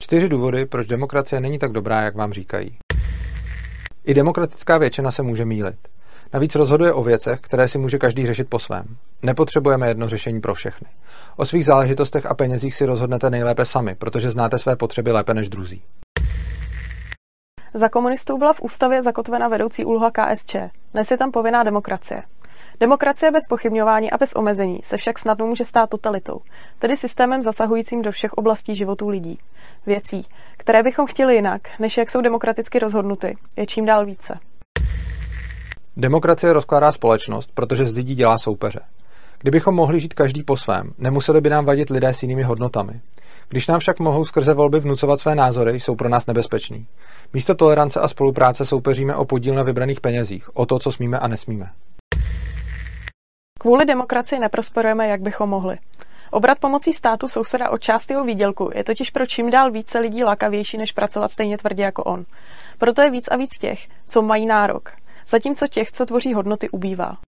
4 důvody, proč demokracie není tak dobrá, jak vám říkají. I demokratická většina se může mýlit. Navíc rozhoduje o věcech, které si může každý řešit po svém. Nepotřebujeme jedno řešení pro všechny. O svých záležitostech a penězích si rozhodnete nejlépe sami, protože znáte své potřeby lépe než druzí. Za komunistů byla v ústavě zakotvena vedoucí úloha KSČ. Dnes je tam povinná demokracie. Demokracie bez pochybňování a bez omezení se však snadno může stát totalitou, tedy systémem zasahujícím do všech oblastí životů lidí. Věcí, které bychom chtěli jinak, než jak jsou demokraticky rozhodnuty, je čím dál více. Demokracie rozkládá společnost, protože z lidí dělá soupeře. Kdybychom mohli žít každý po svém, nemuseli by nám vadit lidé s jinými hodnotami. Když nám však mohou skrze volby vnucovat své názory, jsou pro nás nebezpeční. Místo tolerance a spolupráce soupeříme o podíl na vybraných penězích, o to, co smíme a nesmíme. Kvůli demokracii neprosperujeme, jak bychom mohli. Obrat pomocí státu souseda od část jeho výdělku je totiž pro čím dál více lidí lakavější, než pracovat stejně tvrdě jako on. Proto je víc a víc těch, co mají nárok, zatímco těch, co tvoří hodnoty, ubývá.